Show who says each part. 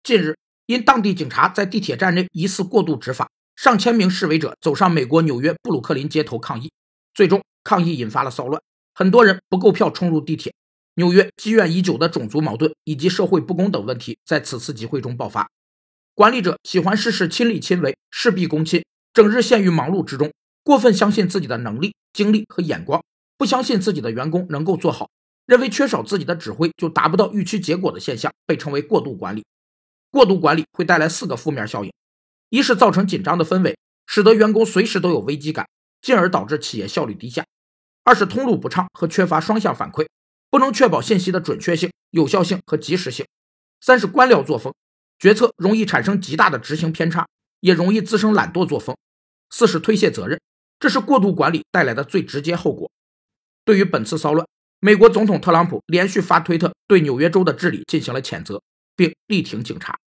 Speaker 1: 近日，因当地警察在地铁站内疑似过度执法，上千名示威者走上美国纽约布鲁克林街头抗议，最终抗议引发了骚乱，很多人不购票冲入地铁。纽约积怨已久的种族矛盾以及社会不公等问题在此次集会中爆发。管理者喜欢事事亲力亲为，事必躬亲，整日陷于忙碌之中，过分相信自己的能力、精力和眼光，不相信自己的员工能够做好，认为缺少自己的指挥就达不到预期结果的现象被称为过度管理。过度管理会带来4个负面效应：一是造成紧张的氛围，使得员工随时都有危机感，进而导致企业效率低下；二是通路不畅和缺乏双向反馈，不能确保信息的准确性、有效性和及时性；三是官僚作风，决策容易产生极大的执行偏差，也容易滋生懒惰作风；四是推卸责任，这是过度管理带来的最直接后果。对于本次骚乱，美国总统特朗普连续发推特对纽约州的治理进行了谴责，并力挺警察。